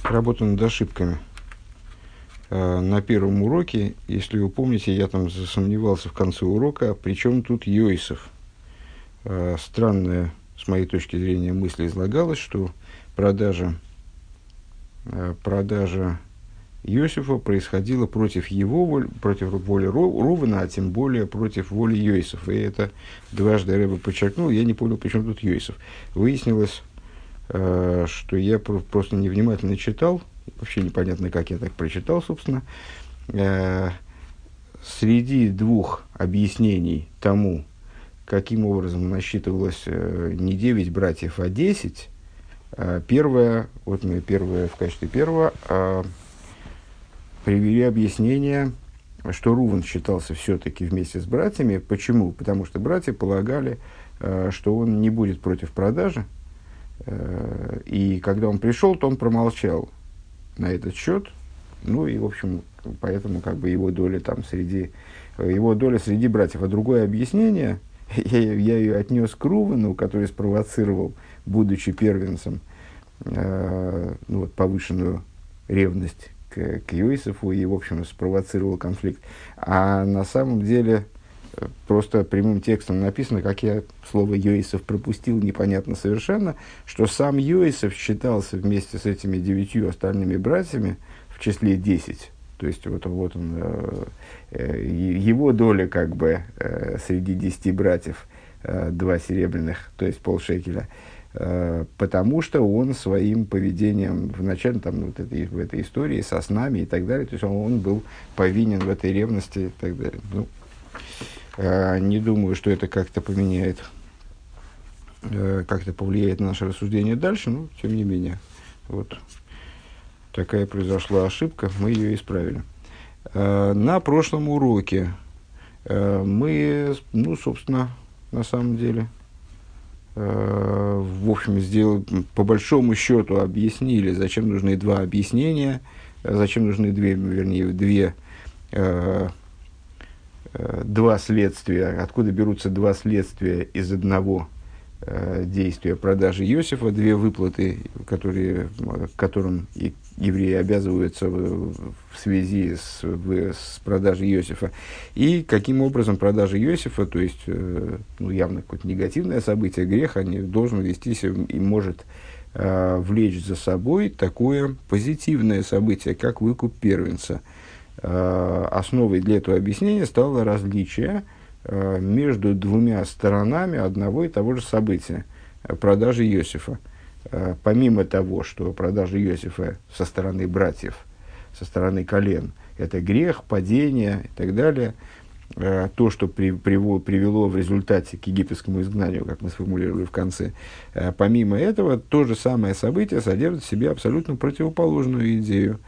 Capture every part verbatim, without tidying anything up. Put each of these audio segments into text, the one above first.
Работа над ошибками. Э, На первом уроке, если вы помните, я там засомневался в конце урока, при чем тут Йосеф. Э, Странная, с моей точки зрения, мысль излагалась, что продажа, э, продажа Йосефа происходила против его воли, против воли Ро- Рувена, а тем более против воли Йосефа. И это дважды Ребе подчеркнул, я не понял, при чем тут Йосеф. Выяснилось, э, что я про- просто невнимательно читал, вообще непонятно, как я так прочитал, собственно. Э, Среди двух объяснений тому, каким образом насчитывалось э, не девять братьев, а десять, э, первое, вот мы первое в качестве первого, э, привели объяснение, что Рувен считался все-таки вместе с братьями. Почему? Потому что братья полагали, э, что он не будет против продажи, э, и когда он пришел, то он промолчал на этот счет. Ну и, в общем, поэтому как бы его доля там среди, его доля среди братьев. А другое объяснение, я, я ее отнес к Рувену, который спровоцировал, будучи первенцем, э, ну, вот, повышенную ревность к, к Йосефу и, в общем, спровоцировал конфликт. А на самом деле просто прямым текстом написано, как я слово Йосеф пропустил, непонятно совершенно, что сам Йосеф считался вместе с этими девятью остальными братьями в числе десять. То есть вот, вот он, э, э, его доля как бы э, среди десяти братьев э, два серебряных, то есть полшекеля, э, потому что он своим поведением вначале там, вот этой, в этой истории со снами и так далее, то есть он, он был повинен в этой ревности и так далее. Ну, э, не думаю, что это как-то поменяет, э, как-то повлияет на наше рассуждение дальше, но тем не менее, вот. Такая произошла ошибка, мы ее исправили. Э, на прошлом уроке э, мы, ну, собственно, на самом деле, э, в общем, сделали, по большому счету объяснили, зачем нужны два объяснения, зачем нужны две, вернее, две, э, э, два следствия, откуда берутся два следствия из одного э, действия продажи Йосефа, две выплаты, которые, к которым и евреи обязываются в, в связи с, в, с продажей Йосефа, и каким образом продажа Йосефа, то есть э, ну, явно какое-то негативное событие, грех, они должен вести себя и может э, влечь за собой такое позитивное событие, как выкуп первенца. Э, основой для этого объяснения стало различие э, между двумя сторонами одного и того же события, э, продажи Йосефа. Помимо того, что продажа Йосефа со стороны братьев, со стороны колен, это грех, падение и так далее, то, что при, приво, привело в результате к египетскому изгнанию, как мы сформулировали в конце, помимо этого, то же самое событие содержит в себе абсолютно противоположную идею,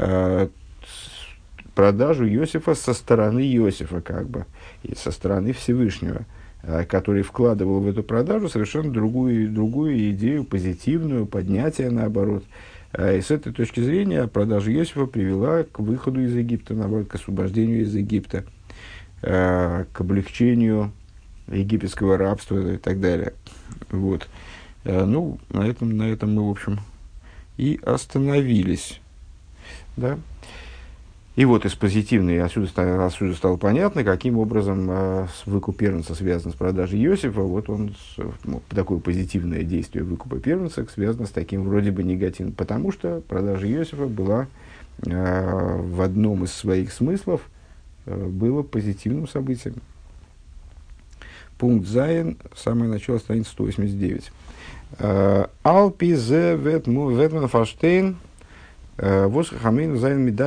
продажу Йосефа со стороны Йосефа, как бы, и со стороны Всевышнего, который вкладывал в эту продажу совершенно другую, другую идею, позитивную, поднятие наоборот. И с этой точки зрения продажа Йосефа привела к выходу из Египта, наоборот, к освобождению из Египта, к облегчению египетского рабства и так далее. Вот. Ну, на этом, на этом мы, в общем, и остановились. Да? И вот из позитивной отсюда, отсюда стало понятно, каким образом э, выкуп первенца связан с продажей Йосефа. Вот он, ну, такое позитивное действие выкупа первенца связано с таким вроде бы негативным, потому что продажа Йосефа была э, в одном из своих смыслов э, было позитивным событием. Пункт Зайн, самое начало, страница сто восемьдесят девять. Алпи зе ветман фаштейн. В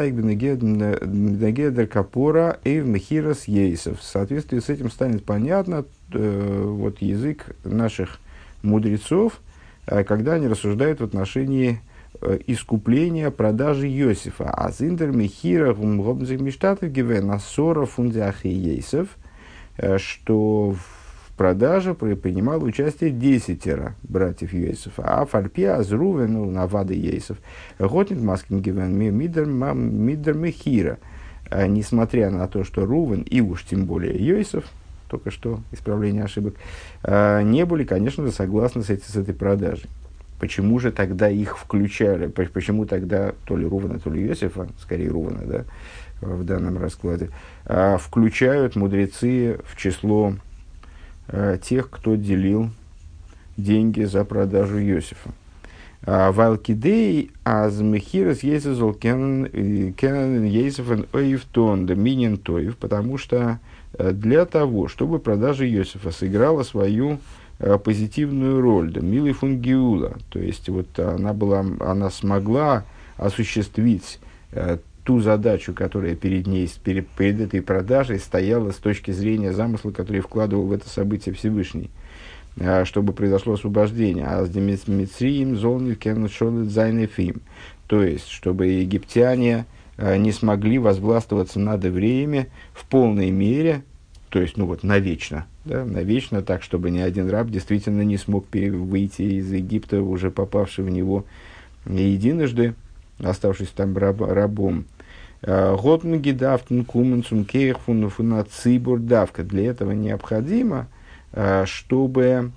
соответствии с этим станет понятно э, вот, язык наших мудрецов, э, когда они рассуждают в отношении э, искупления продажи Йосефа. А зиндер михира гумгобнзих гивен асора фундиахи Йосеф, что в продаже принимало участие десятеро братьев Йосефа, а фальпи азрувен, ну, навады Йосеф, готнит маскин гивен мидер михира. Несмотря на то, что Рувен и уж тем более Йосеф, только что исправление ошибок, не были, конечно же, согласны с, эти, с этой продажей. почему же тогда их включали, почему тогда то ли Рувана, то ли Йосифа, скорее Рувана, да, в данном раскладе, а, включают мудрецы в число а, тех, кто делил деньги за продажу Йосифа. Валкидей аз мехирас ейсезол кен ейсефен оевтон да минин тоев, потому что для того, чтобы продажа Йосифа сыграла свою позитивную роль, да милый фунгиула, то есть вот она была, она смогла осуществить ту задачу, которая перед ней, перед, перед этой продажей стояла с точки зрения замысла, который вкладывал в это событие Всевышний, чтобы произошло освобождение. А с Мицриим золни кеншолит зайнефим. То есть, чтобы египтяне не смогли возгластвоваться над евреями в полной мере, то есть, ну вот, навечно, да, навечно, так, чтобы ни один раб действительно не смог выйти из Египта, уже попавший в него единожды, оставшись там раб, рабом. Готмги давтн куменцум кейхфун фунацибур давка. Для этого необходимо, чтобы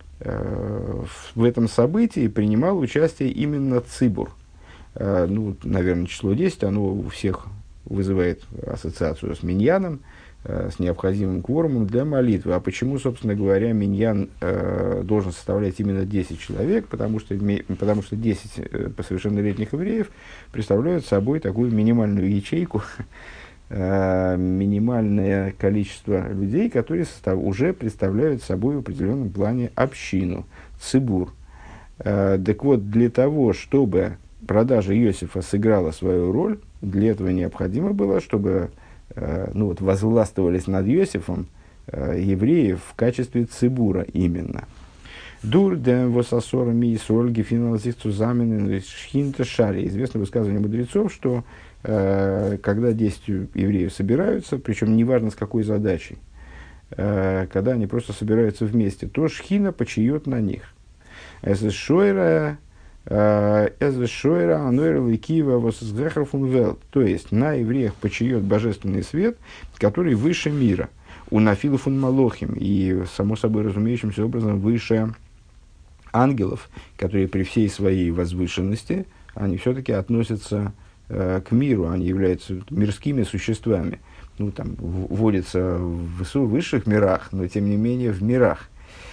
в этом событии принимал участие именно цибур. Ну, наверное, число десять, оно у всех вызывает ассоциацию с миньяном, с необходимым кворумом для молитвы. А почему, собственно говоря, миньян э, должен составлять именно десять человек? Потому что, потому что десять э, совершеннолетних евреев представляют собой такую минимальную ячейку, э, минимальное количество людей, которые состав, уже представляют собой в определенном плане общину, цибур. Э, так вот, для того, чтобы продажа Йосифа сыграла свою роль, для этого необходимо было, чтобы ну вот, возгластвовались над Йосифом э, евреев в качестве цибура именно. Дур де восасорами и сольги финалзих цузаменен шхинта шари. Известно высказывание мудрецов, что э, когда десять евреев собираются, причем неважно с какой задачей, э, когда они просто собираются вместе, то шхина почиет на них. Это шойра Эз шойра анойрл киева восзгрехарфунвел, то есть на евреях почиет божественный свет, который выше мира, у нафилофун малохим, и само собой разумеющимся образом выше ангелов, которые при всей своей возвышенности, они все-таки относятся э, к миру, они являются мирскими существами. Ну, там вводится в высших мирах, но тем не менее в мирах.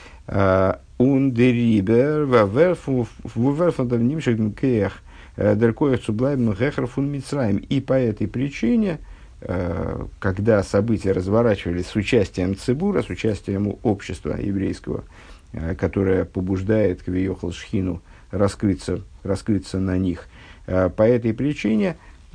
Ундерибер, ваверфундам нимшек кех, деркоев цублайбн гехер фун Мицраим. И по этой причине, когда события разворачивались с участием цибура, с участием общества еврейского, которое побуждает Квиохал Шхину раскрыться, раскрыться на них, по этой причине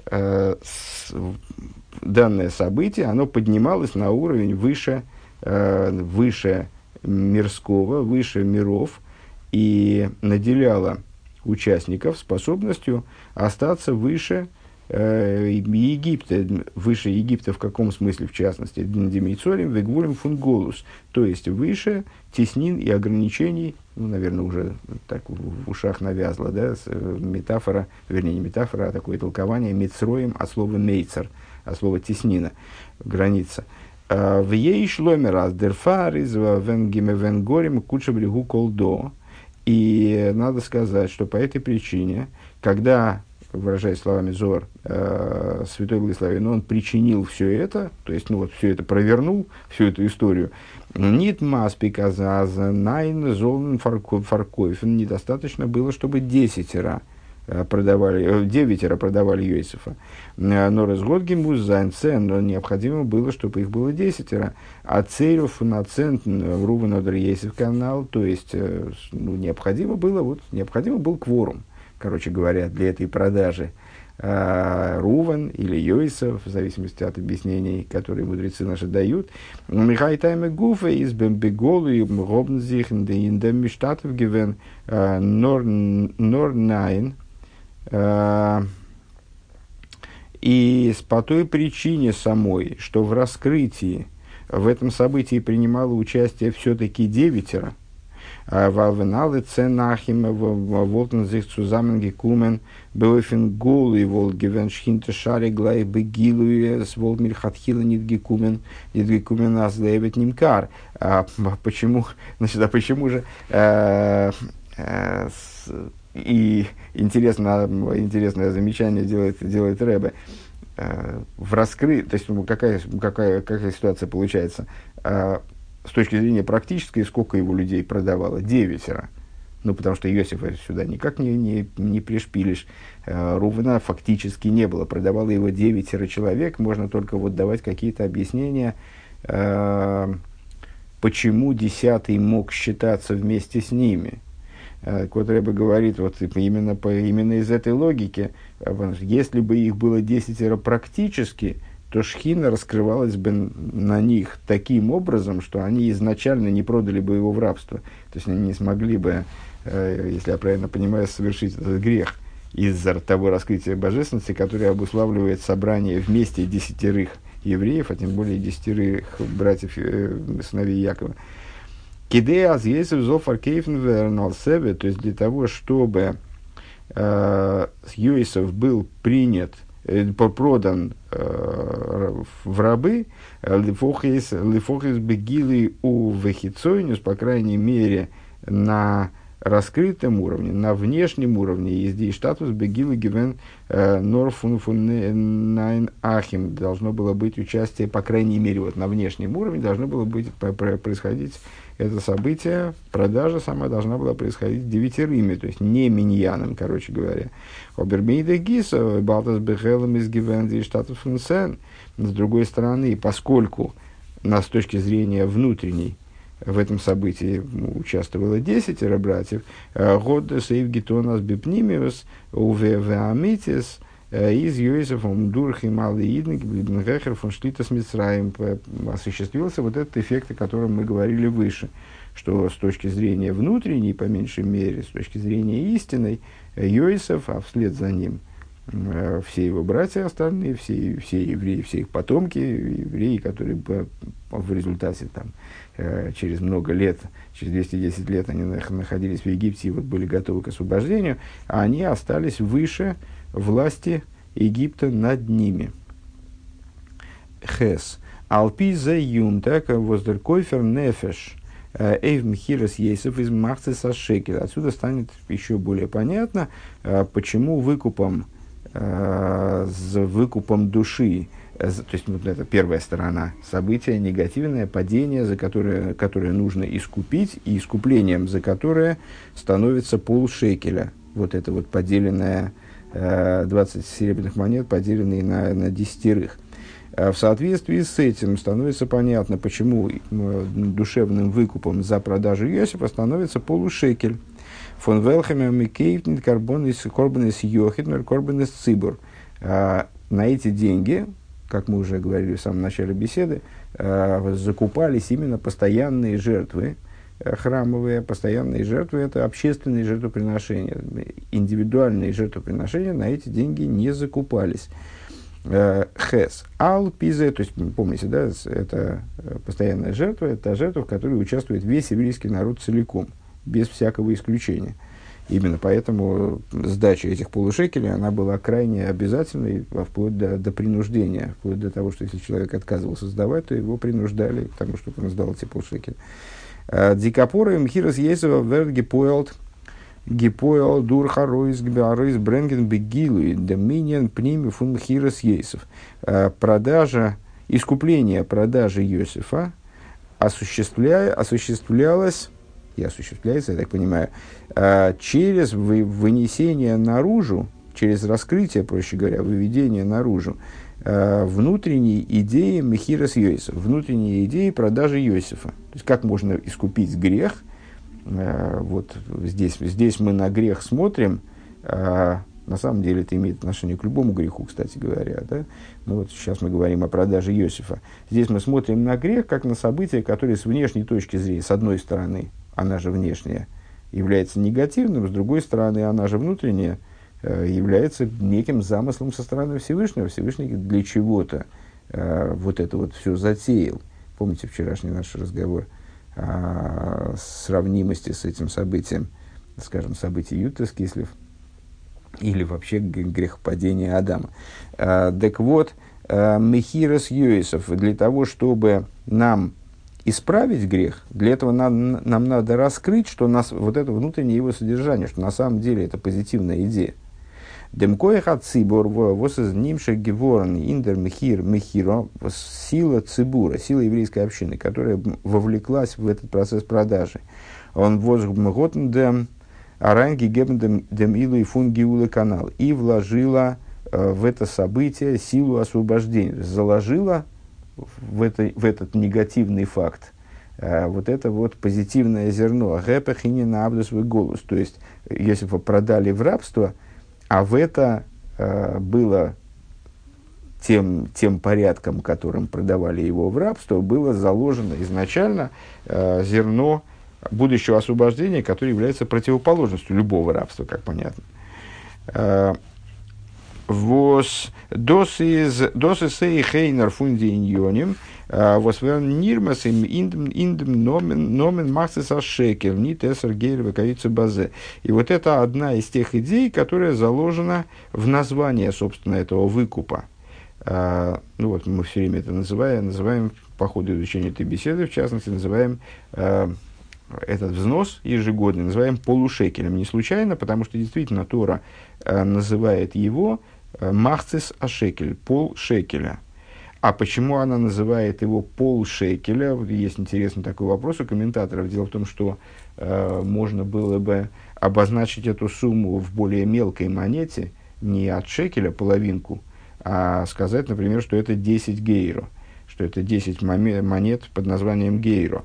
данное событие, оно поднималось на уровень выше, выше мирского, выше миров, и наделяла участников способностью остаться выше э, Египта. Выше Египта в каком смысле, в частности? Демейцорим, вегвулем фунголус. То есть выше теснин и ограничений, ну, наверное, уже так в ушах навязла, да, метафора, вернее, не метафора, а такое толкование мицроем от слова мейцер, от слова теснина, граница. В ей шломер аз дерфар из венгиме венгорим куча брегу колдо. И надо сказать, что по этой причине, когда, выражаясь словами Зор, э, святой благословен, он причинил все это, то есть, ну вот, все это провернул, всю эту историю, нит маспиказаз найн золн фаркоев, недостаточно было, чтобы десятеро продавали, девятеро продавали Йосифа. Но разгодги музайн, но необходимо было, чтобы их было десятеро. А цейров на цент Рувен одер Йосиф канал, то есть, ну, необходимо было, вот, необходимо был кворум, короче говоря, для этой продажи. Рувен или Йосиф, в зависимости от объяснений, которые мудрецы наши дают. Михай тайме гуфе из бембеголу и гобнзих индем миштатов гивен нор найн. И по той причине самой, что в раскрытии в этом событии принимало участие все-таки девятеро, Валвеналы ценахим волтензих цузаменги кумен беофен голый волгивен шхинте шари глай бегилуе с волмир хатхила нидги кумен нидги кумен азлевет нимкар. Почему, значит, а почему же Э, с, и интересно, интересное замечание делает, делает Ребе. Э, в раскры... То есть, ну, какая, какая, какая ситуация получается? Э, с точки зрения практической, сколько его людей продавало? Девятеро. Ну, потому что Иосифа сюда никак не, не, не пришпилишь. Э, Рувена фактически не было. Продавало его девятеро человек. Можно только вот давать какие-то объяснения, э, почему десятый мог считаться вместе с ними. Э, вот Ребе говорит, вот именно, по, именно из этой логики, э, если бы их было десятеро практически, то шхина раскрывалась бы на них таким образом, что они изначально не продали бы его в рабство. То есть они не смогли бы, если я правильно понимаю, совершить этот грех из-за того раскрытия божественности, которое обуславливает собрание вместе десятерых евреев, а тем более десятерых братьев, э, сыновей Якова. Кидеаз Йосеф зофар кейфен вернал себе, то есть для того, чтобы э, Йосеф был принят, э, продан э, в рабы, лифохис бегилы у вехицойнус, по крайней мере, на раскрытом уровне, на внешнем уровне, есть статус бегилы гивен норфун фун найн ахим, должно было быть участие, по крайней мере, вот на внешнем уровне должно было быть, происходить это событие, продажа сама должна была происходить девятерыми, то есть не миньяном, короче говоря. Обермейда гиса, балтас бехелем из гивен статус фун сен. С другой стороны, поскольку на, с точки зрения внутренней, в этом событии участвовало десятеро братьев. Год сейв гитонас бипнимиус увеамитис из Йосифом дурхи малый идник блибнгехер фон шлитас мицраим. Осуществился вот этот эффект, о котором мы говорили выше, что с точки зрения внутренней, по меньшей мере, с точки зрения истинной, Йосиф, а вслед за ним все его братья остальные, все, все евреи, все их потомки, евреи, которые в результате там, через много лет, через двести десять лет они находились в Египте и вот были готовы к освобождению, а они остались выше власти Египта над ними. Хес. Алпи за юм, так воздеркойфер нефеш. Эйв мхирас ейсов из махцеса шекель. Отсюда станет еще более понятно, почему выкупом, с выкупом души, то есть вот это первая сторона события, негативное падение, за которое, которое нужно искупить, и искуплением за которое становится полшекеля. Вот это вот поделенное, двадцать серебряных монет, поделенные на, на десятерых. В соответствии с этим становится понятно, почему душевным выкупом за продажу Йосифа становится полушекель. Фон Велхаме Микейфнит Карбонис Корбанис Йохитмер Корбанис Цибур. На эти деньги, как мы уже говорили в самом начале беседы, закупались именно постоянные жертвы, храмовые, постоянные жертвы, это общественные жертвоприношения. Индивидуальные жертвоприношения на эти деньги не закупались. Хес. Ал пизе, то есть, помните, да, это постоянная жертва, это та жертва, в которой участвует весь еврейский народ целиком, без всякого исключения. Именно поэтому сдача этих полушекелей, она была крайне обязательной, вплоть до, до принуждения, вплоть до того, что если человек отказывался сдавать, то его принуждали к тому, чтобы он сдал эти полушекели. Дикапоры мхирос ейсова верт гепоэлт гепоэл дур хароис гбеарис бренген бегилуи доминиан пними фун мхирос ейсов. Продажа, искупление продажи Йосифа осуществля, осуществлялось и осуществляется, я так понимаю, через вынесение наружу, через раскрытие, проще говоря, выведение наружу внутренней идеи Мехирос Йосиф, внутренней идеи продажи Йосифа. То есть, как можно искупить грех. Вот здесь, здесь мы на грех смотрим. На самом деле это имеет отношение к любому греху, кстати говоря. Да? Но вот сейчас мы говорим о продаже Йосифа. Здесь мы смотрим на грех как на событие, которое с внешней точки зрения, с одной стороны, она же внешняя, является негативным, с другой стороны, она же внутренняя, является неким замыслом со стороны Всевышнего. Всевышний для чего-то э, вот это вот все затеял. Помните вчерашний наш разговор о сравнимости с этим событием, скажем, событий Ютас Кислев, или вообще грехопадения Адама. Э, так вот, э, Мехирос Йосиф, для того, чтобы нам исправить грех, для этого нам, нам надо раскрыть, что нас, вот это внутреннее его содержание, что на самом деле это позитивная идея. Демкоих от цибор, вос из нимших геворн, индер мехир мехиро, сила цибура, сила еврейской общины, которая вовлеклась в этот процесс продажи. Он возготн дем аранги гебн дем илу и фунгиулы канал. И вложила э, в это событие силу освобождения. Заложила в, это, в этот негативный факт э, вот это вот позитивное зерно. Гэпэхини на абдус голос. То есть, Йосифа продали в рабство, а в это э, было тем, тем порядком, которым продавали его в рабство, было заложено изначально э, зерно будущего освобождения, которое является противоположностью любого рабства, как понятно. Э, Вос дос из сей хейнер фундиньоним вос верн нирмас им индем индем номен номен махсис ашекер ни тесер гейр векавица базе. И вот это одна из тех идей, которая заложена в название, собственно, этого выкупа. Uh, ну вот мы все время это называем, называем по ходу изучения этой беседы, в частности, называем uh, этот взнос ежегодный, называем полушекелем. Не случайно, потому что действительно Тора uh, называет его uh, махцис ашекель, полшекеля. А почему она называет его полшекеля? Есть интересный такой вопрос у комментаторов. Дело в том, что uh, можно было бы обозначить эту сумму в более мелкой монете, не от шекеля половинку, а сказать, например, что это десять гейро, что это десять монет под названием гейро.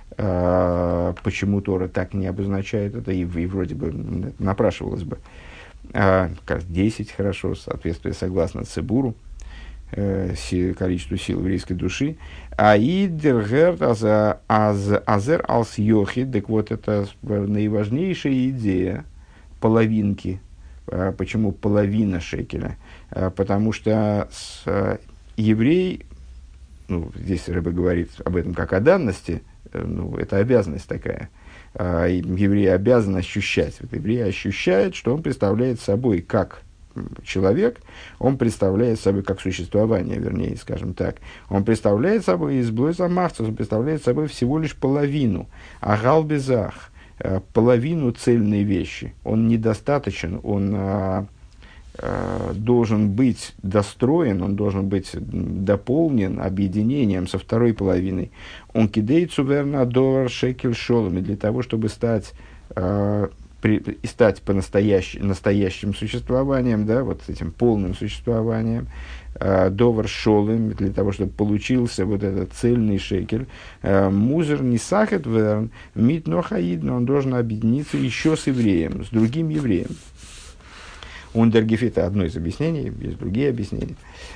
А, почему Тора так не обозначает это, и, и вроде бы напрашивалось бы. А, как десять, хорошо, соответствие согласно Цибуру, э, си, количеству сил еврейской души. А идергерт азер алс йохи, так вот, это наиважнейшая идея половинки. Почему половина шекеля? Потому что с, еврей, ну, здесь Рэбе говорит об этом как о данности, ну, это обязанность такая. Еврей обязан ощущать. Вот еврей ощущает, что он представляет собой как человек, он представляет собой как существование, вернее, скажем так. Он представляет собой из блойза махцус, он представляет собой всего лишь половину. А галбезах, половину цельной вещи. Он недостаточен, он а, а, должен быть достроен, он должен быть дополнен объединением со второй половиной. Он кидает суверна доллар шекель шолами для того, чтобы стать, а, при, стать по-настоящему настоящим существованием, да, вот этим полным существованием. Довар шолым, для того, чтобы получился вот этот цельный шекель. Музер не сахет верн, мит нохаидно, он должен объединиться еще с евреем, с другим евреем. Ундергефит, это одно из объяснений, есть другие объяснения.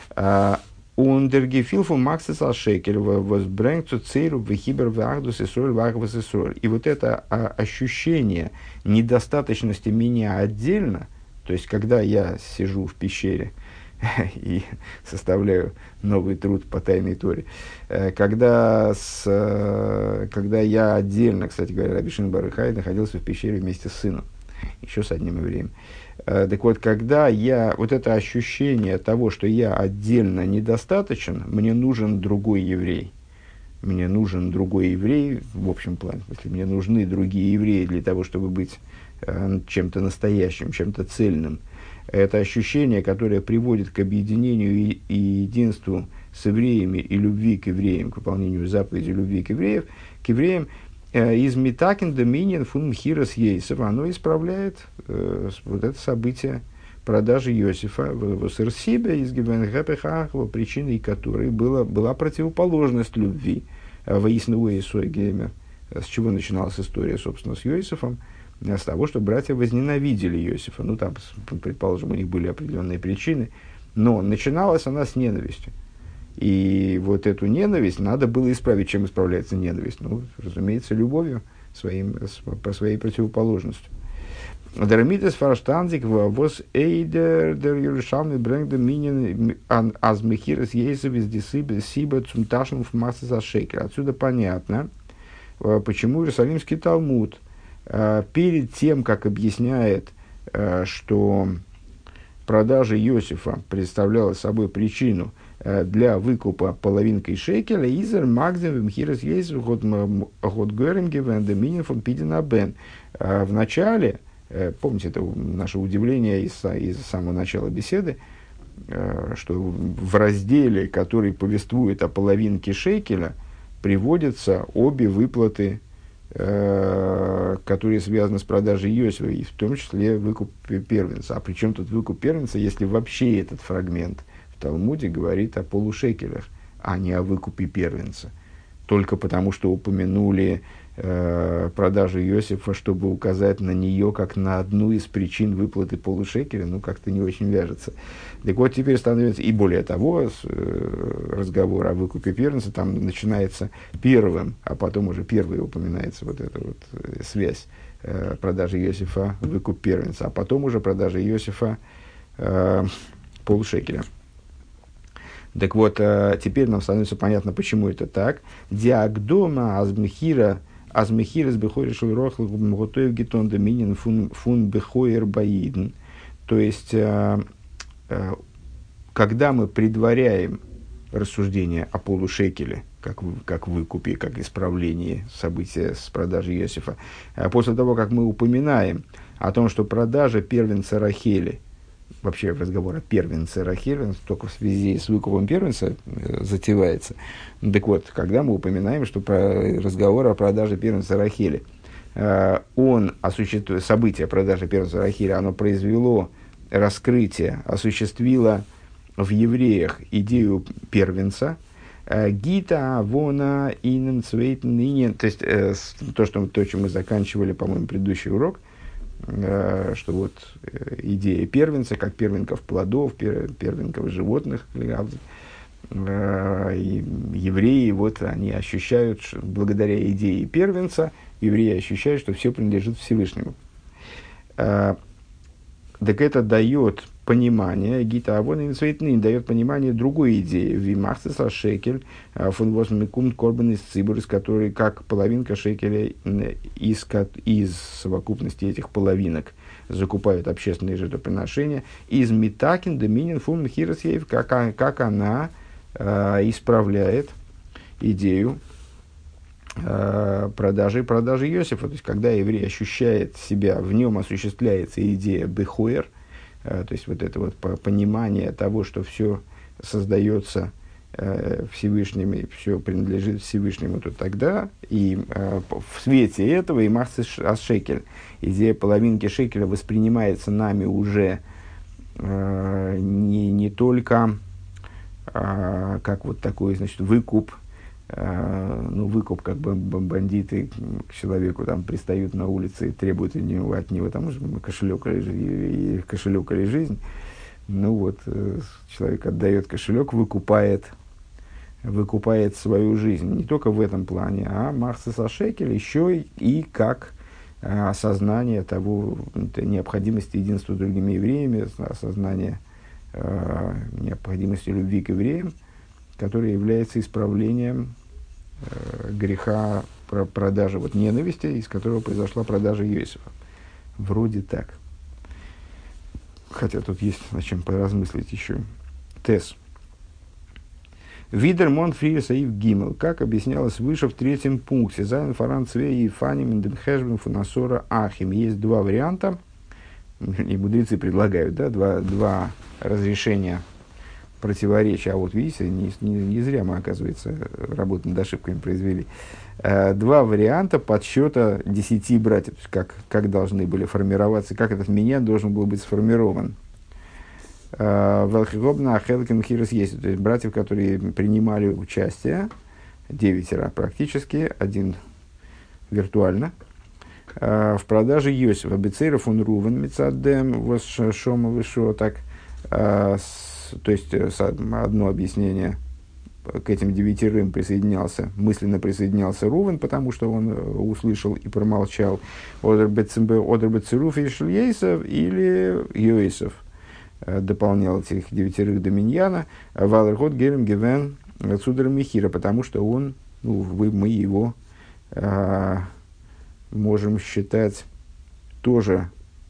Ундергефилфу максис ал шекель возбрэнгцу цейру вехибер вахдус и соль вахвас и соль. И вот это ощущение недостаточности меня отдельно, то есть, когда я сижу в пещере и составляю новый труд по тайной Торе. Когда, с, когда я отдельно, кстати говоря, Раби Шимон бар Йохай находился в пещере вместе с сыном, еще с одним евреем. Так вот, когда я, вот это ощущение того, что я отдельно недостаточен, мне нужен другой еврей. Мне нужен другой еврей, в общем плане, если мне нужны другие евреи для того, чтобы быть чем-то настоящим, чем-то цельным. Это ощущение, которое приводит к объединению и, и единству с евреями и любви к евреям, к выполнению заповеди любви к, евреев, к евреям, из Митакин доминин фун мхирос ейсов, оно исправляет э, вот это событие продажи Иосифа в Сырсибе из Гивенгепехахова, причиной которой была, была противоположность любви в Иснуэ и Сойгеймер. С чего начиналась история, собственно, с Иосифом? С того, что братья возненавидели Иосифа. Ну, там, предположим, у них были определенные причины, но начиналась она с ненависти. И вот эту ненависть надо было исправить. Чем исправляется ненависть? Ну, разумеется, любовью, своим, по своей противоположностью. Дармитес фарштанзик воз эйдер дер Yerushalmi брэнгт минин азмехирес ейсов из дисибы сиба цумташнув масса за шекер. Отсюда понятно, почему Иерусалимский Талмуд перед тем, как объясняет, что продажа Иосифа представляла собой причину для выкупа половинкой шекеля изер максимум хирос есть год геринги вендеминин фон пидина бен. В начале, помните, это наше удивление из, из самого начала беседы, что в разделе, который повествует о половинке шекеля, приводятся обе выплаты, которые связаны с продажей Йосифа, и в том числе выкуп первенца. А при чем тут выкуп первенца, если вообще этот фрагмент в Талмуде говорит о полушекелях, а не о выкупе первенца? Только потому, что упомянули э, продажу Йосифа, чтобы указать на нее как на одну из причин выплаты полушекеля, ну, как-то не очень вяжется. Так вот, теперь становится, и более того, с, э, разговор о выкупе первенца там начинается первым, а потом уже первой упоминается вот эта вот э, связь э, продажи Йосифа, выкуп первенца, а потом уже продажа Йосифа э, полушекеля. Так вот, теперь нам становится понятно, почему это так. Диагдома азмехира азмехира с бехойр шульрохл готовив гетон доминин фун фун бехойр баидн. То есть, когда мы предваряем рассуждение о полушекеле, как, как выкупе, как исправлении события с продажей Йосифа, после того, как мы упоминаем о том, что продажа первенца Рахели, вообще разговор о первенце Рахели только в связи с выкупом первенца э, затевается. Так вот, когда мы упоминаем, что про разговор о продаже первенца Рахели, э, он осуществил, событие продажи первенца Рахели, оно произвело раскрытие, осуществило в евреях идею первенца, Гита, Авона, Инен, Цвейтен, Инен. То есть, э, то, что, то, чем мы заканчивали, по-моему, предыдущий урок, что вот идея первенца, как первенков плодов, первенков животных, и евреи, вот они ощущают, что благодаря идее первенца, евреи ощущают, что все принадлежит Всевышнему. Так это дает понимание, Гита Авон и Цвейтнин дает понимание другой идеи. Вимахцеса шекель, фон восьмикум корбан из цибурис, который как половинка шекеля из, из совокупности этих половинок закупают общественные жертвоприношения. Из Митакин доминин фун хиросеев, как, как она э, исправляет идею э, продажи продажи Йосифа. То есть, когда еврей ощущает себя, в нем осуществляется идея бехойр, то есть, вот это вот понимание того, что все создается э, Всевышним, и все принадлежит Всевышнему, то тогда и э, в свете этого и махцес ас-шекель, идея половинки шекеля воспринимается нами уже э, не, не только э, как вот такой, значит, выкуп, Uh, ну, выкуп, как бы бандиты к человеку там пристают на улице и требуют от него, от него там, кошелек или, кошелек или жизнь. Ну вот, человек отдает кошелек, выкупает, выкупает свою жизнь. Не только в этом плане, а Махцес ас-шекель еще и, и как uh, осознание того, необходимости единства с другими евреями, осознание uh, необходимости любви к евреям, который является исправлением э, греха про продажи вот, ненависти, из которого произошла продажа Йосифа. Вроде так. Хотя тут есть над чем поразмыслить еще. Тес. Видер мон фрир саив гимел. Как объяснялось выше в третьем пункте. Зайн фаран цвей и фаним индемхэшбен фунасора ахим. Есть два варианта. И мудрецы предлагают, да, два, два разрешения противоречия. А вот видите, не, не, не зря мы, оказывается, работу над ошибками произвели. Э, два варианта подсчета десяти братьев, как, как должны были формироваться, как этот миньян должен был быть сформирован. Велхигобна Ахелкин Хирос есть, то есть братьев, которые принимали участие, девятеро практически, один виртуально, э, в продаже Йосифа. Бецейров он Рувен Мицадем, вос Шома Вышо, так, э, то есть, одно объяснение, к этим девятерым присоединялся, мысленно присоединялся Рувен, потому что он услышал и промолчал. Одер Бецеруф и Шельейсов или Йосиф дополнял этих девятерых до миньяна. Валерхот Герем Гевен Цудер Михира, потому что он, ну, вы, мы его а, можем считать тоже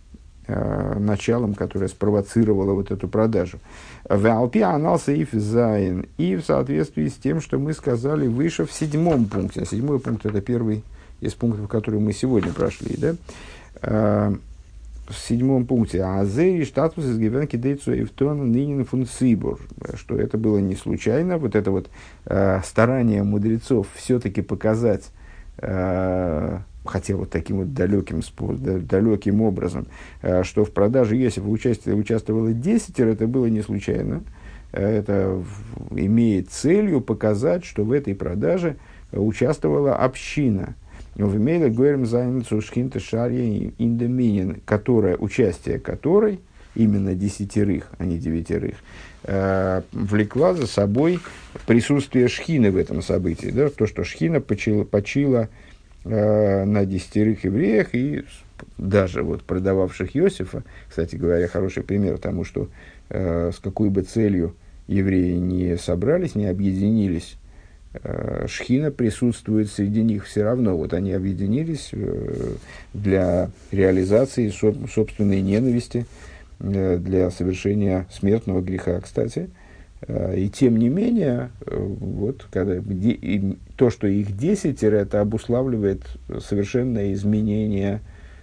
э, началом, которое спровоцировало вот эту продажу. Валпи анался иф зайн. И в соответствии с тем, что мы сказали выше в седьмом пункте. А седьмой пункт — это первый из пунктов, которые мы сегодня прошли. Да? Э, в седьмом пункте. Азери статус из гивенки дейцу эвтон нинин фун цибур. Что это было не случайно. Вот это вот э, старание мудрецов все-таки показать, э, хотя вот таким вот далеким, далеким образом, э, что в продаже Йосифа участие, участвовало десятеро, это было не случайно. Это в, имеет целью показать, что в этой продаже участвовала община. В имейле говорим зайнцу шхинта шарья индоминин, которая, участие которой, именно десятерых, а не девятерых, э, влекла за собой присутствие шхины в этом событии. Да? То, что шхина почила, почила э, на десятерых евреях и даже вот продававших Йосифа. Кстати говоря, хороший пример тому, что э, с какой бы целью евреи не собрались, не объединились, шхина присутствует среди них все равно. Вот они объединились для реализации собственной ненависти, для совершения смертного греха, кстати. И тем не менее, вот, когда, то, что их десятеро, это обуславливает совершенное изменение,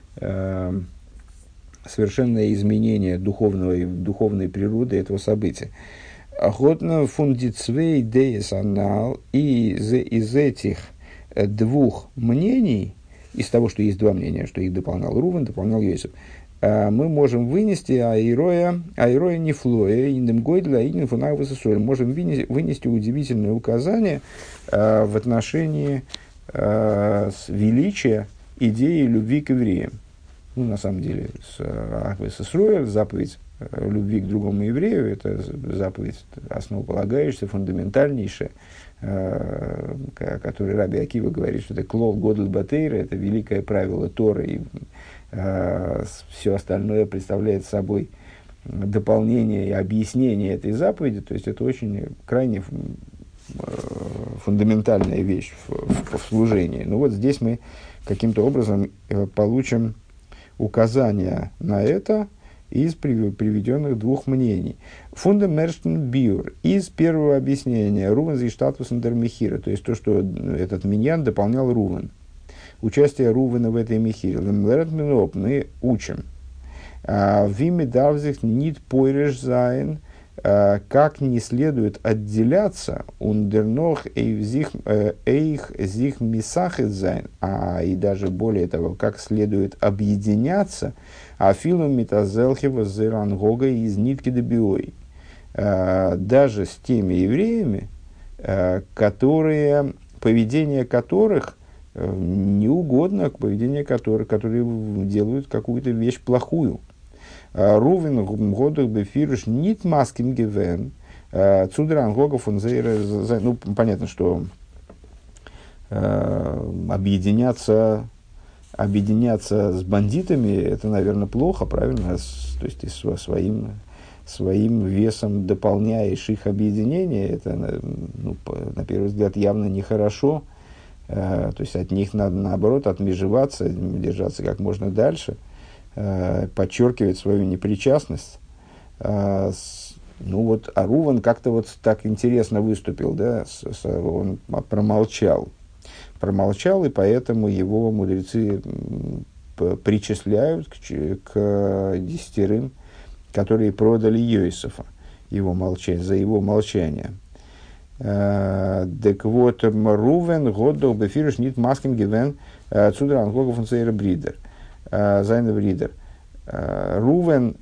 совершенное изменение духовной, духовной природы этого события. Охотно фундицвей деесанал, и из, из этих двух мнений, из того, что есть два мнения, что их дополнял Рувен, дополнял Йосиф, мы можем вынести аироя, аироя нефлоя, индемгойдля, индемфунавасосоль, можем вынести, вынести удивительное указание а, в отношении а, величия идеи любви к евреям. Ну, на самом деле, с Ахвесосроя, заповедь любви к другому еврею, это заповедь основополагающаяся, фундаментальнейшая, э, о которой Раби Акива говорит, что это клол годль батейра, это великое правило Торы, и э, все остальное представляет собой дополнение и объяснение этой заповеди, то есть это очень крайне э, фундаментальная вещь в, в, в служении. Ну вот здесь мы каким-то образом э, получим указания на это из приведенных двух мнений. Фундамерштен бюр из первого объяснения Рувен зи штатус михира, то есть то, что этот миньян дополнял Рувен. Участие Рувена в этой михире. Мы учим. Вими давзих нит пойреш зайн, как не следует отделяться ундернох эйх зих мисахет зайн, а и даже более того, как следует объединяться афилу митазелхева зерангога из нитки добиой, даже с теми евреями, которые, поведение которых не угодно, поведение которых, которые делают какую-то вещь плохую. Рувен годах бефируш нит маским гивен цудран гогов он зейра. Ну, понятно, что э, объединяться, объединяться с бандитами, это, наверное, плохо, правильно? С, то есть ты своим, своим весом дополняешь их объединение, это, ну, по, на первый взгляд, явно нехорошо. Э, то есть от них надо, наоборот, отмежеваться, держаться как можно дальше. Подчеркивает свою непричастность. А, с, ну вот, а Рувен как-то вот так интересно выступил, да, с, с, он промолчал. Промолчал, и поэтому его мудрецы причисляют к, к десятерым, которые продали Йосифа его молчание, за его молчание. Так вот, Рувен годдох бефирш нит маским гивен цудран гогов фон цейра бридер. Зайнов Ридер. Рувен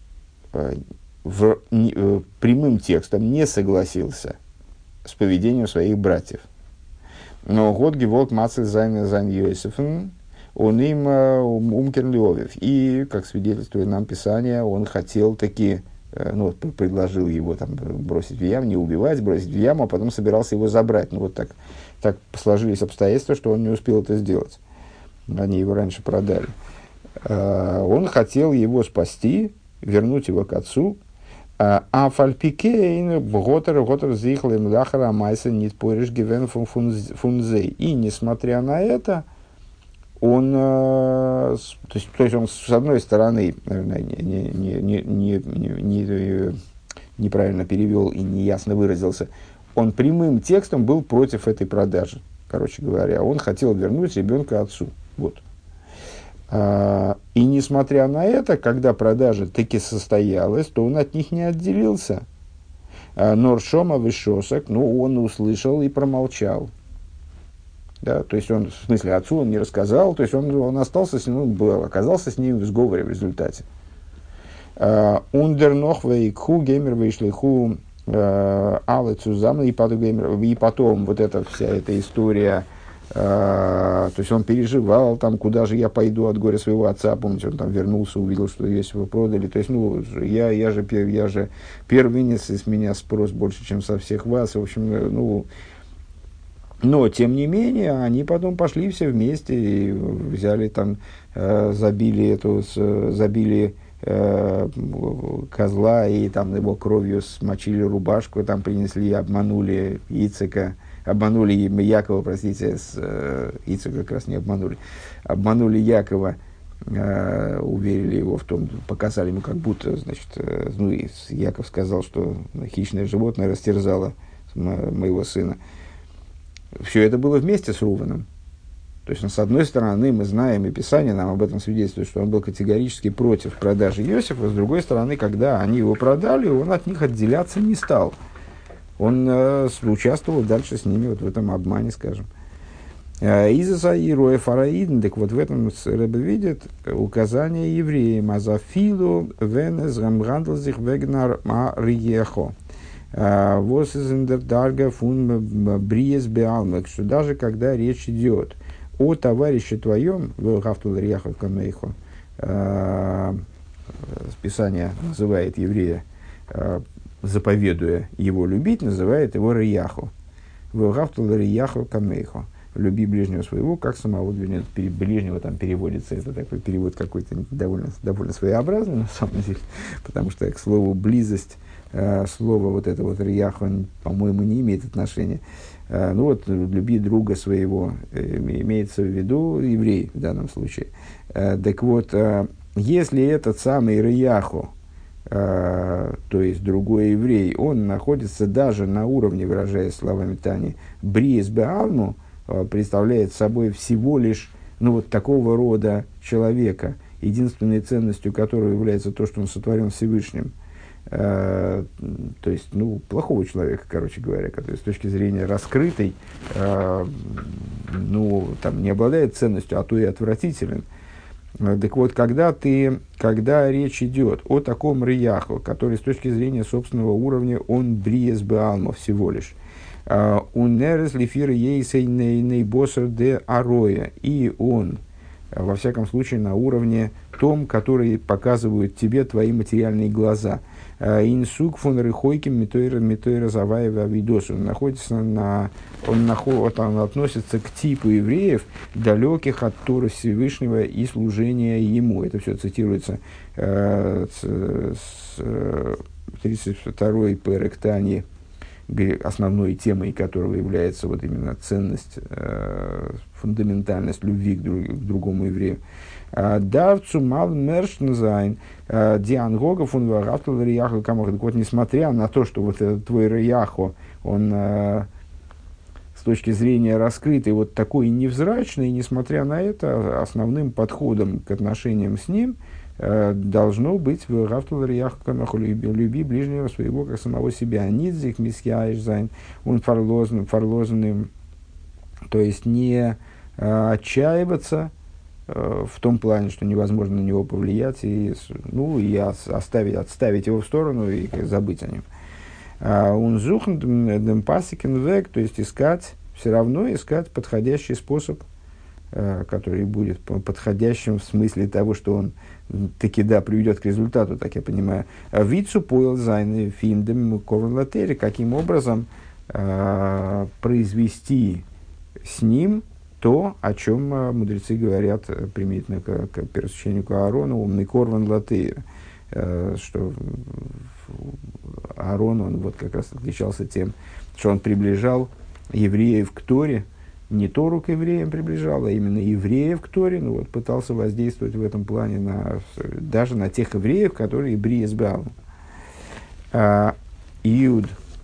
в, в, прямым текстом не согласился с поведением своих братьев. Но год геволк мацель зайн зайн Йосифен, он им умкерн льовев. И, как свидетельствует нам Писание, он хотел таки, ну, предложил его там бросить в яму, не убивать, бросить в яму, а потом собирался его забрать. Ну, вот так, так сложились обстоятельства, что он не успел это сделать. Они его раньше продали. Он хотел его спасти, вернуть его к отцу. А фальпикейн готер готер зихлем ляхара майса нит пориш гивен фунзей. И несмотря на это, он, э, с, то, есть, то есть он с одной стороны, наверное, не, не, не, не, не, не, неправильно перевел и неясно выразился, он прямым текстом был против этой продажи, короче говоря. Он хотел вернуть ребенка отцу. Вот. А, и несмотря на это, когда продажа таки состоялась, то он от них не отделился. А, Норшома вышосок, ну, он услышал и промолчал. Да, то есть он, в смысле, отцу он не рассказал, то есть он, он остался с ним, он был, оказался с ним в сговоре в результате. Ундер нох вейкху геймер вейшлиху але цузам, и потом вот эта вся эта история, то есть он переживал, там, куда же я пойду от горя своего отца, помните, он там вернулся, увидел, что Иосифа продали, то есть, ну, я, я, же, я же первенец, и с меня спрос больше, чем со всех вас, в общем, ну, но, тем не менее, они потом пошли все вместе и взяли там, э, забили эту, с, забили э, козла и там его кровью смочили рубашку, там принесли, обманули Ицека, обманули Якова, простите, с, э, Ицека как раз не обманули, обманули Якова, э, уверили его в том, показали ему как будто, значит, э, ну, и Яков сказал, что хищное животное растерзало мо- моего сына. Все это было вместе с Руваном. То есть, ну, с одной стороны, мы знаем, и Писание нам об этом свидетельствует, что он был категорически против продажи Иосифа. С другой стороны, когда они его продали, он от них отделяться не стал. Он э, участвовал дальше с ними вот в этом обмане, скажем. Изаса и Роя Фараидн, так вот в этом Ребе видит указание евреям «Азафилу венес гамгандлзих вегнар ма риехо». Вот из Индердарга фун Бриес Беалмек, что даже когда речь идет о товарище твоем, Велхафтуларьяхов Камейхо, Писание называет еврея, заповедуя его любить, называет его Рияху. Велхафтуларьяхов Камейхо. Люби ближнего своего, как самого, вернее, ближнего там переводится, это такой перевод какой-то довольно, довольно своеобразный на самом деле, потому что к слову близость, э, слово вот это вот рияху, по-моему, не имеет отношения. Э, ну вот, люби друга своего, э, имеется в виду еврей в данном случае. Э, так вот, э, если этот самый рияху, э, то есть другой еврей, он находится даже на уровне, выражаясь словами Тани, бриес беалму, представляет собой всего лишь, ну, вот такого рода человека, единственной ценностью которого является то, что он сотворен Всевышним, э, то есть, ну, плохого человека, короче говоря, который с точки зрения раскрытой, э, ну, там, не обладает ценностью, а то и отвратителен. Так вот, когда, ты, когда речь идет о таком рияху, который с точки зрения собственного уровня, он бриес беалма всего лишь, унерес лифир ейсей нейбосер де ароя. И он, во всяком случае, на уровне том, который показывают тебе твои материальные глаза. Инсук фон рыхойким митойра заваева видос. Он находится на, он, наход, он относится к типу евреев, далеких от Торы Всевышнего и служения ему. Это все цитируется э, с, с тридцать второй перек Тани, основной темой которого является вот именно ценность, э, фундаментальность любви к, друг, к другому еврею. Давцу мал мершнзайн диангога фун вагафтл рияху камах. Вот несмотря на то, что вот этот твой рияху, он э, с точки зрения раскрытый, вот такой невзрачный, несмотря на это, основным подходом к отношениям с ним должно быть в гафтул рияху камах, люби ближнего своего, как самого себя. Нидзик мисьяишзайн, он фарлозным, то есть не э, отчаиваться в том плане, что невозможно на него повлиять и, ну, и оставить, отставить его в сторону и забыть о нем. Он зухн пасикен век, то есть искать, все равно искать подходящий способ, который будет подходящим в смысле того, что он таки, да, приведет к результату, так я понимаю. Вицу поил зайны финдем ковен, каким образом э, произвести с ним то, о чем э, мудрецы говорят применительно к, к первосвященнику Аарону, умный корван латейр, э, что Аарон, он вот как раз отличался тем, что он приближал евреев к Торе, не Тору к евреям приближал, а именно евреев к Торе, ну, вот, пытался воздействовать в этом плане на, даже на тех евреев, которые бри избрал. А, Иуд,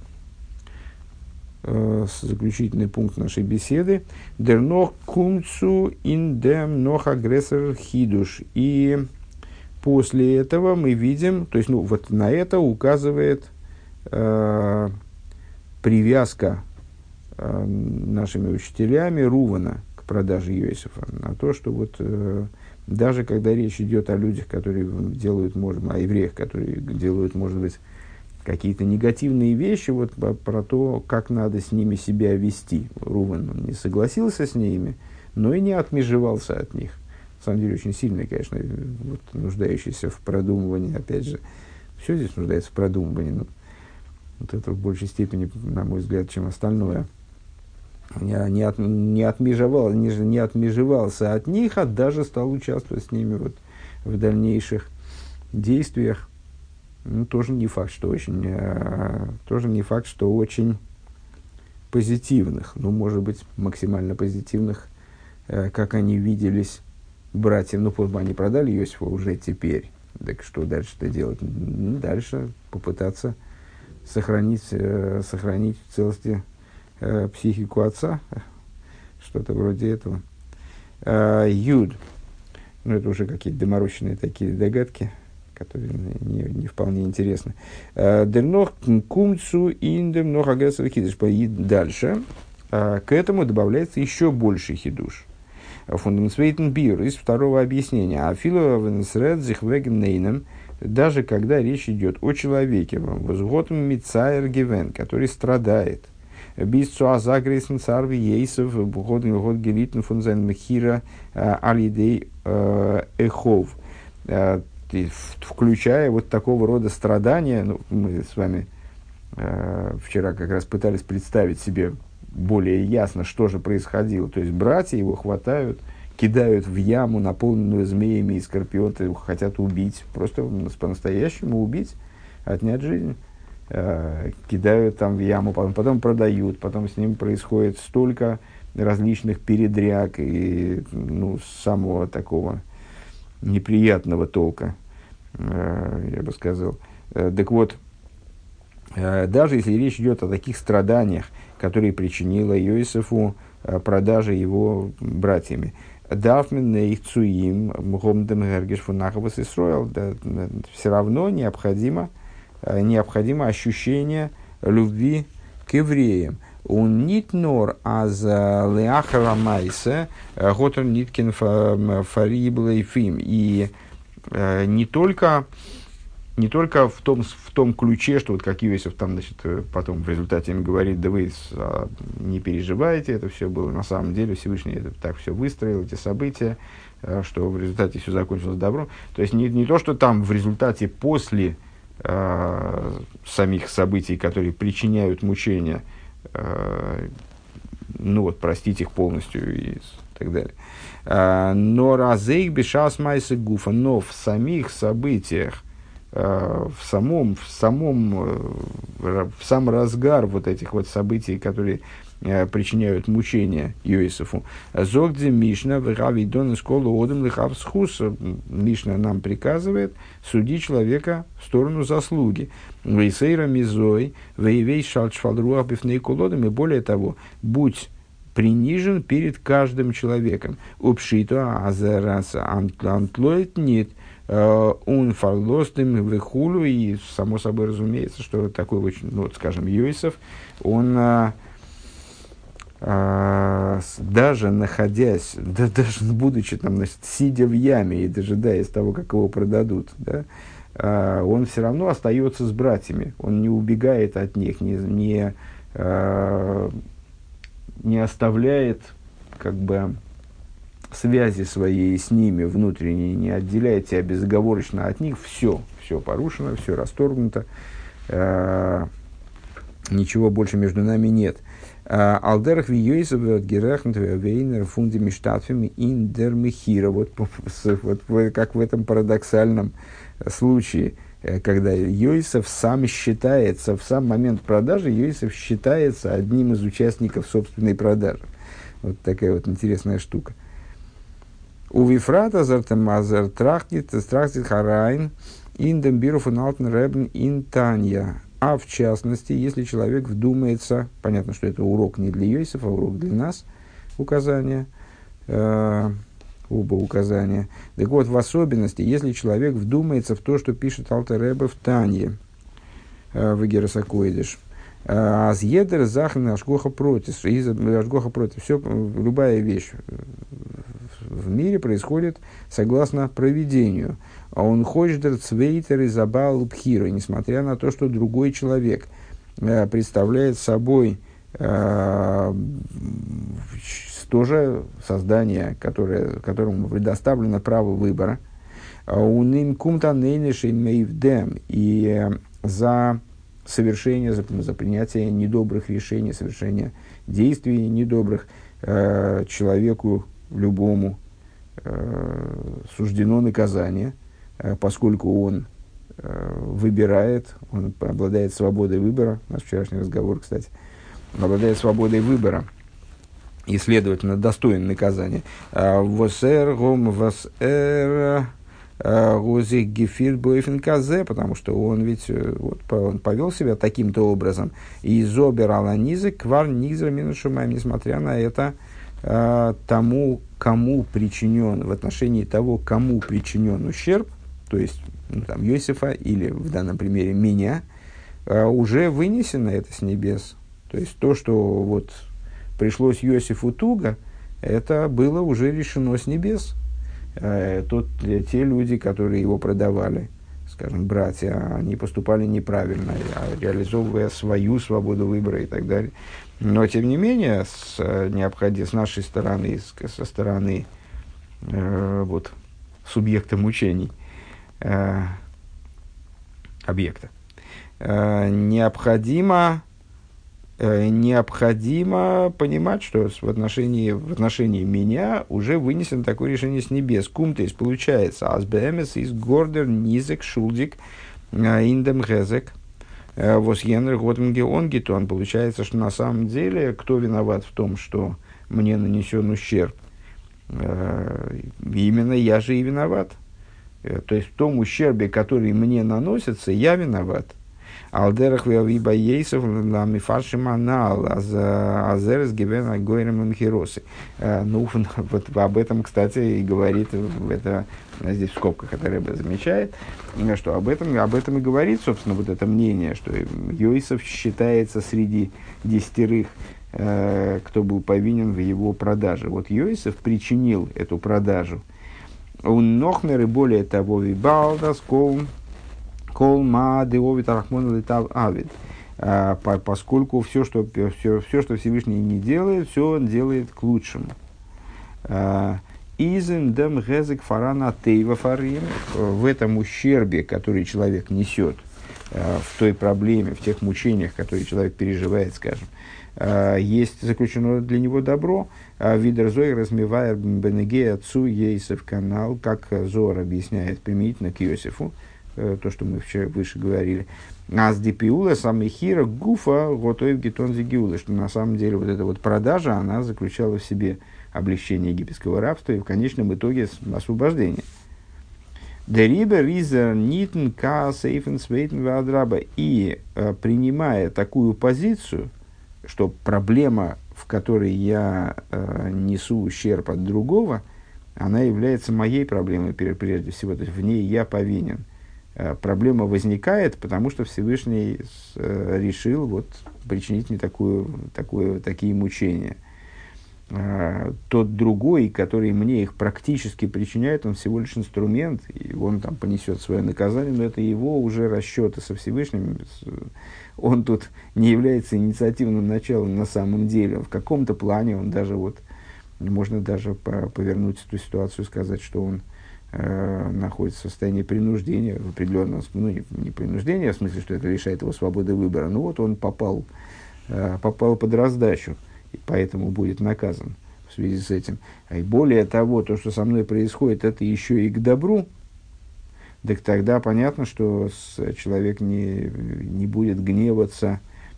э, заключительный пункт нашей беседы. Der noch кумцу in dem noch агрессор хидуш. И после этого мы видим, то есть, ну, вот на это указывает э, привязка э, нашими учителями Рувана к продаже Йосефа, на то, что вот э, даже когда речь идет о людях, которые делают, может, о евреях, которые делают, может быть, какие-то негативные вещи, вот про то, как надо с ними себя вести. Руван не согласился с ними, но и не отмежевался от них. На самом деле, очень сильный, конечно, вот, нуждающийся в продумывании, опять же, все здесь нуждается в продумывании, но вот это в большей степени, на мой взгляд, чем остальное. Не, не, от, не, отмежевал, не, не отмежевался от них, а даже стал участвовать с ними вот, в дальнейших действиях. Ну, тоже не факт, что очень, э, тоже не факт, что очень позитивных, ну, может быть, максимально позитивных, э, как они виделись братьям. Ну, они продали Иосифа уже теперь. Так что дальше-то делать? Ну, дальше попытаться сохранить, э, сохранить в целости э, психику отца. Что-то вроде этого. Э, Юд. Ну, это уже какие-то доморощенные такие догадки, которые не, не вполне интересны. Дернох кумцу индем нох агрессор хидуш. И дальше к этому добавляется еще больше хидуш. Фундаментвейтен бир из второго объяснения. Афилова венсред зихвеген нейном, даже когда речь идет о человеке, возготом мицайр гивен, который страдает. Бисцу азагрейсен царви ейсов, годен год гелитн фунзен мехира алидей эхов. Включая вот такого рода страдания, ну, мы с вами э, вчера как раз пытались представить себе более ясно, что же происходило. То есть братья его хватают, кидают в яму, наполненную змеями и скорпионами, хотят убить, просто по-настоящему убить, отнять жизнь. Э, кидают там в яму, потом, потом продают, потом с ним происходит столько различных передряг и, ну, самого такого неприятного толка, я бы сказал. Так вот, даже если речь идет о таких страданиях, которые причинила Йосефу продажа его братьями, Дафмен их цуим, гомдем гергеш фунаховас Исроэл, все равно необходимо, необходимо ощущение любви к евреям. Он нит нор аз леахара майсе готер ниткин фариблейфим. И э, не только, не только в том, в том ключе, что вот как Иосиф там, значит, потом в результате им говорит, да вы а, не переживайте, это все было на самом деле, Всевышний это, так все выстроил, эти события, э, что в результате все закончилось добром. То есть не, не то, что там в результате после э, самих событий, которые причиняют мучения, ну вот, простить их полностью и так далее. Но разейх бешас майса гуфа, но в самих событиях, в самом, в самом, в сам разгар вот этих вот событий, которые причиняют мучения Йосефу. Зогдзе Мишна, врави дон школу одем лихав схус. Мишна нам приказывает судить человека в сторону заслуги. Вейсейра мизой, вейвей шалчфалруах бифней колодом. И более того, будь принижен перед каждым человеком. Упшито азераса антлоит нет. Он фарлостым вихулу. И само собой разумеется, что такой, очень, ну, вот, скажем, Йосеф, он А, даже находясь, да, даже будучи там, значит, сидя в яме и дожидаясь того, как его продадут, да, а, он все равно остается с братьями, он не убегает от них, не, не, а, не оставляет как бы связи своей с ними внутренней, не отделяет себя безоговорочно от них, все, все порушено, все расторгнуто, а, ничего больше между нами нет. Алдерах виёйсов герахнт вейнер фунди миштатфами индер михира. Вот, вот как в этом парадоксальном случае, когда Йосеф сам считается, в сам момент продажи Йосеф считается одним из участников собственной продажи. Вот такая вот интересная штука. У Вифрата зартемазер трахтит трахтит харайн индем биров и налтен ребн интанья. А в частности, если человек вдумается, понятно, что это урок не для Йосефа, а урок для нас, указания, э, оба указания. Так вот, в особенности, если человек вдумается в то, что пишет Алтер Ребе в Танье, э, в Игерес ха-Койдеш, аз едер захн ашгоха против, из ашгоха против, все, любая вещь в мире происходит согласно провидению. А он хочет цвейтер и забал пхиру, несмотря на то, что другой человек э, представляет собой э, тоже создание, которое, которому предоставлено право выбора. У ним кумта нейниши мейвдем, и за совершение, за, за принятие недобрых решений, совершение действий недобрых э, человеку любому э, суждено наказание, э, поскольку он э, выбирает, он обладает свободой выбора, наш вчерашний разговор, кстати, он обладает свободой выбора и, следовательно, достоин наказания. Восэр гом восэр гозик гефир бойфен казе, потому что он ведь вот, он повел себя таким-то образом. И зобер аланизы квар низра минушумаем, несмотря на это, тому, кому причинен, в отношении того, кому причинен ущерб, то есть ну, там, Йосефа или в данном примере меня, уже вынесено это с небес. То есть то, что вот пришлось Йосефу туго, это было уже решено с небес. Тот, те люди, которые его продавали, скажем, братья, они поступали неправильно, реализовывая свою свободу выбора и так далее. Но, тем не менее, с, необходимо, с нашей стороны, с, со стороны э, вот, субъекта мучений, э, объекта, э, необходимо, э, необходимо понимать, что в отношении, в отношении меня уже вынесено такое решение с небес. Кум, то есть получается, асбемес из гордер низек шулдик индем гезек. Восьенер Готмге Онгитон. Получается, что на самом деле, кто виноват в том, что мне нанесен ущерб? Именно я же и виноват. То есть в том ущербе, который мне наносится, я виноват. Алдерах виба ейсов лами фаршиманал азерес гивена гойрем мхиросы. Ну, вот об этом, кстати, и говорит, это здесь в скобках это Ребе замечает, что об этом, об этом и говорит, собственно, вот это мнение, что Йосеф считается среди десятерых, кто был повинен в его продаже. Вот Йосеф причинил эту продажу. Он нохмер и более того, вибалдас колм Колма деовит арахмон летав авид, поскольку все что, все, все, что Всевышний не делает, все он делает к лучшему. Изен дем гезек фарана тейва фарим, в этом ущербе, который человек несет, в той проблеме, в тех мучениях, которые человек переживает, скажем, есть заключено для него добро. Видер Зоир размевая бенеге отцу Ейсев канал, как Зор объясняет применительно к Йосефу, то, что мы вчера выше говорили. Аз дипиула самихира гуфа готовит гетон зигиула, что на самом деле вот эта вот продажа, она заключала в себе облегчение египетского рабства и в конечном итоге освобождение. Дерибер ризер нитн ка сейфен свейтен вадраба. И принимая такую позицию, что проблема, в которой я э, несу ущерб от другого, она является моей проблемой прежде всего, то есть в ней я повинен. Проблема возникает, потому что Всевышний э, решил вот, причинить мне такую, такую, такие мучения. Э, тот другой, который мне их практически причиняет, он всего лишь инструмент, и он там понесет свое наказание, но это его уже расчеты со Всевышним. Он тут не является инициативным началом на самом деле. В каком-то плане он даже, вот, можно даже по- повернуть эту ситуацию и сказать, что он находится в состоянии принуждения, в определенном смысле, ну, не, не принуждения, в смысле, что это лишает его свободы выбора, но вот он попал, э, попал под раздачу, и поэтому будет наказан в связи с этим. И более того, то, что со мной происходит, это еще и к добру, так тогда понятно, что с, человек не, не будет гневаться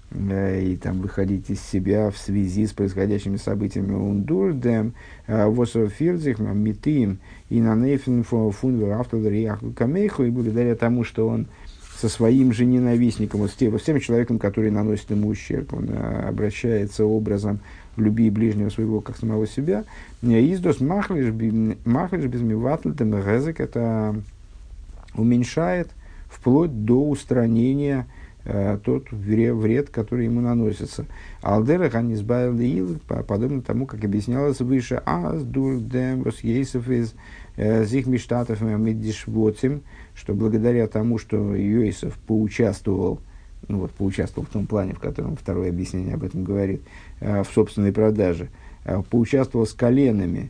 э, и там выходить из себя в связи с происходящими событиями. Ундурдем, вософирдзих, митим, и на нейфен фунвер автодер камейху, и благодаря тому, что он со своим же ненавистником, вот с тем, с тем человеком, который наносит ему ущерб, он а, обращается образом «люби ближнего своего, как самого себя». «Издос махлиш безмиватльтем резек» — это уменьшает вплоть до устранения э, тот вред, вред, который ему наносится. «Алдерах анизбайл ил», подобно тому, как объяснялось выше, «аз дурдем вос ейсов из зих миштатов миддишвотим», что благодаря тому, что Йосеф поучаствовал, ну вот поучаствовал в том плане, в котором второе объяснение об этом говорит, э, в собственной продаже, э, поучаствовал с коленами,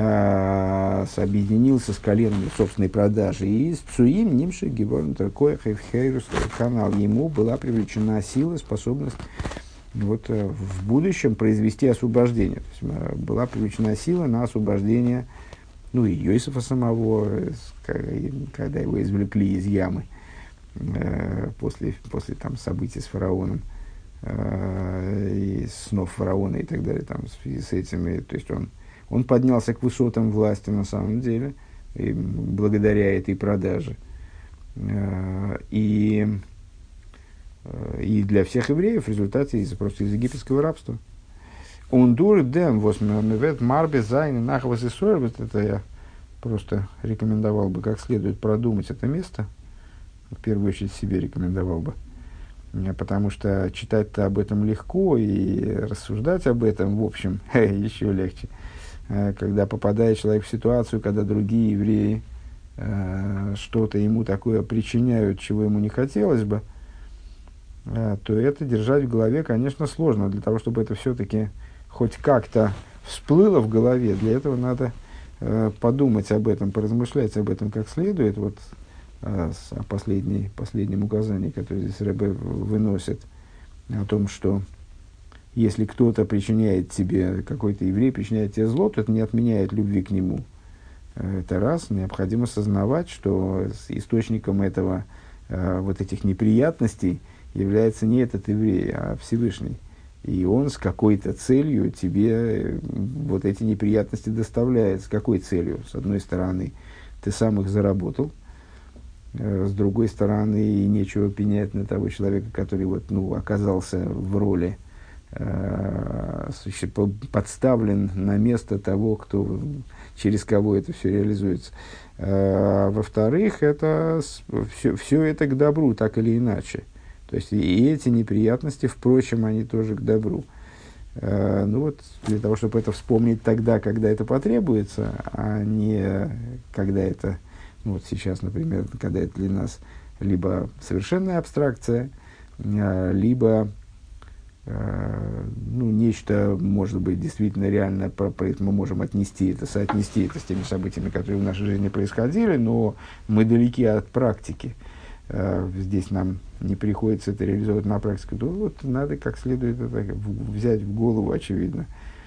э, с, объединился с коленами в собственной продаже, и с Цуим, Нимши, Гиборн, Таркоях, Хейрус, канал, ему была привлечена сила, способность вот, э, в будущем произвести освобождение. То есть, э, была привлечена сила на освобождение, ну и Йосефа самого, когда его извлекли из ямы э, после, после там, событий с фараоном, э, и снов фараона и так далее, там, в связи с этими. То есть он, он поднялся к высотам власти на самом деле, и благодаря этой продаже. Э, и, э, и для всех евреев в результате из, просто из египетского рабства. Ундур дем восьмевет марбе зайн нахвас исуэр. Вот это я просто рекомендовал бы как следует продумать это место. В первую очередь себе рекомендовал бы. Потому что читать-то об этом легко и рассуждать об этом, в общем, еще легче. Когда попадает человек в ситуацию, когда другие евреи что-то ему такое причиняют, чего ему не хотелось бы, то это держать в голове, конечно, сложно. Для того, чтобы это все-таки хоть как-то всплыло в голове, для этого надо э, подумать об этом, поразмышлять об этом как следует. Вот э, с, о последней, последнем указании, которое здесь Ребе выносит, о том, что если кто-то причиняет тебе, какой-то еврей причиняет тебе зло, то это не отменяет любви к нему. Это раз. Необходимо сознавать, что источником этого, э, вот этих неприятностей является не этот еврей, а Всевышний. И он с какой-то целью тебе вот эти неприятности доставляет. С какой целью? С одной стороны, ты сам их заработал. С другой стороны, и нечего пенять на того человека, который вот, ну, оказался в роли, э, подставлен на место того, кто, через кого это все реализуется. Э, во-вторых, это, все, все это к добру, так или иначе. То есть и эти неприятности, впрочем, они тоже к добру. Э, ну вот, для того, чтобы это вспомнить тогда, когда это потребуется, а не когда это, ну вот сейчас, например, когда это для нас либо совершенная абстракция, э, либо э, ну, нечто, может быть, действительно реально, мы можем отнести это, соотнести это с теми событиями, которые в нашей жизни происходили, но мы далеки от практики. Здесь нам не приходится это реализовывать на практике, то вот надо как следует это взять в голову, очевидно.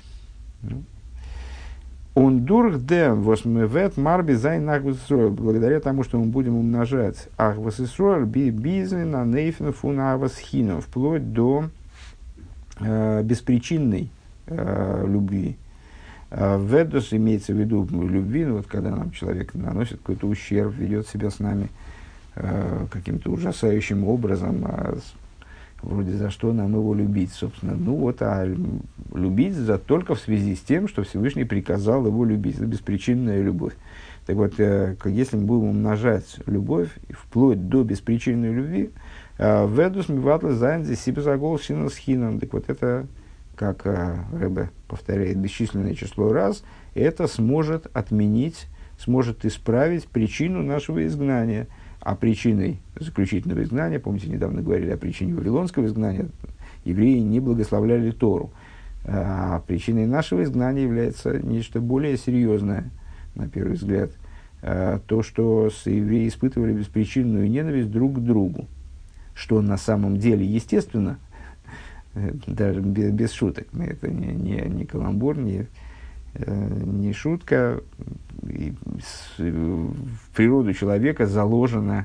Он дурхдем восьмевет марби зайн ахвасисроэль, благодаря тому, что мы будем умножать ахвасисроэль би бизнен на нейфен фун авасхину, вплоть до э, беспричинной э, любви. Ведос имеется в виду любви, ну, вот когда нам человек наносит какой-то ущерб, ведет себя с нами каким-то ужасающим образом, а вроде за что нам его любить, собственно. Ну вот, а любить за, только в связи с тем, что Всевышний приказал его любить. Это беспричинная любовь. Так вот, если мы будем умножать любовь вплоть до беспричинной любви, «Ведус миватла зайнзи сибзагол шинан схинан». Так вот, это, как Ребе повторяет бесчисленное число раз, это сможет отменить, сможет исправить причину нашего изгнания. А причиной заключительного изгнания, помните, недавно говорили о причине вавилонского изгнания, евреи не благословляли Тору. А причиной нашего изгнания является нечто более серьезное, на первый взгляд, то, что евреи испытывали беспричинную ненависть друг к другу, что на самом деле, естественно, даже без, без шуток, это не, не, не каламбур, не, не шутка, и с, в природу человека заложена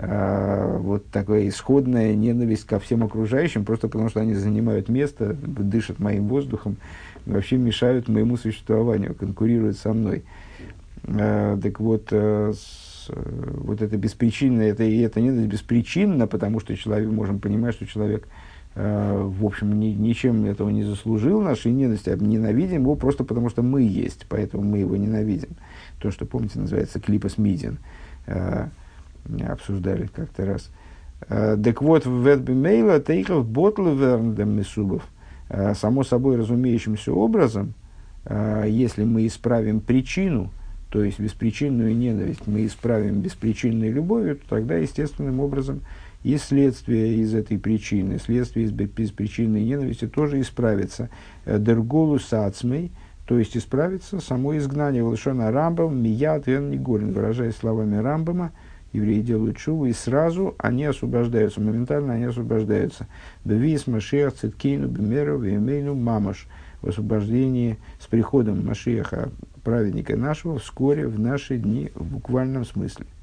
э, вот такая исходная ненависть ко всем окружающим, просто потому что они занимают место, дышат моим воздухом, вообще мешают моему существованию, конкурируют со мной. Э, так вот, э, с, э, вот это беспричинно, это, и это ненависть беспричинна, потому что человек, можем понимать, что человек, э, в общем, ни, ничем этого не заслужил нашей ненависти, а ненавидим его просто потому, что мы есть, поэтому мы его ненавидим. То, что, помните, называется клипос мидин, э, обсуждали как-то раз. Э, так вот, в Ветбимейла тейхов ботлы верндем мисубов. Само собой разумеющимся образом, э, если мы исправим причину, то есть беспричинную ненависть, мы исправим беспричинной любовью, то тогда естественным образом и следствие из этой причины, следствие из беспричинной ненависти тоже исправится. Дерголу сацмей, то есть исправится само изгнание. Волшона Рамбам, Мият, Эн Нигорин, выражаясь словами Рамбама, евреи делают шуву, и сразу они освобождаются, моментально они освобождаются. Бевис Машиах Циткейну Бемеру Вемейну Мамаш. В освобождении с приходом Машиаха, праведника нашего, вскоре в наши дни в буквальном смысле.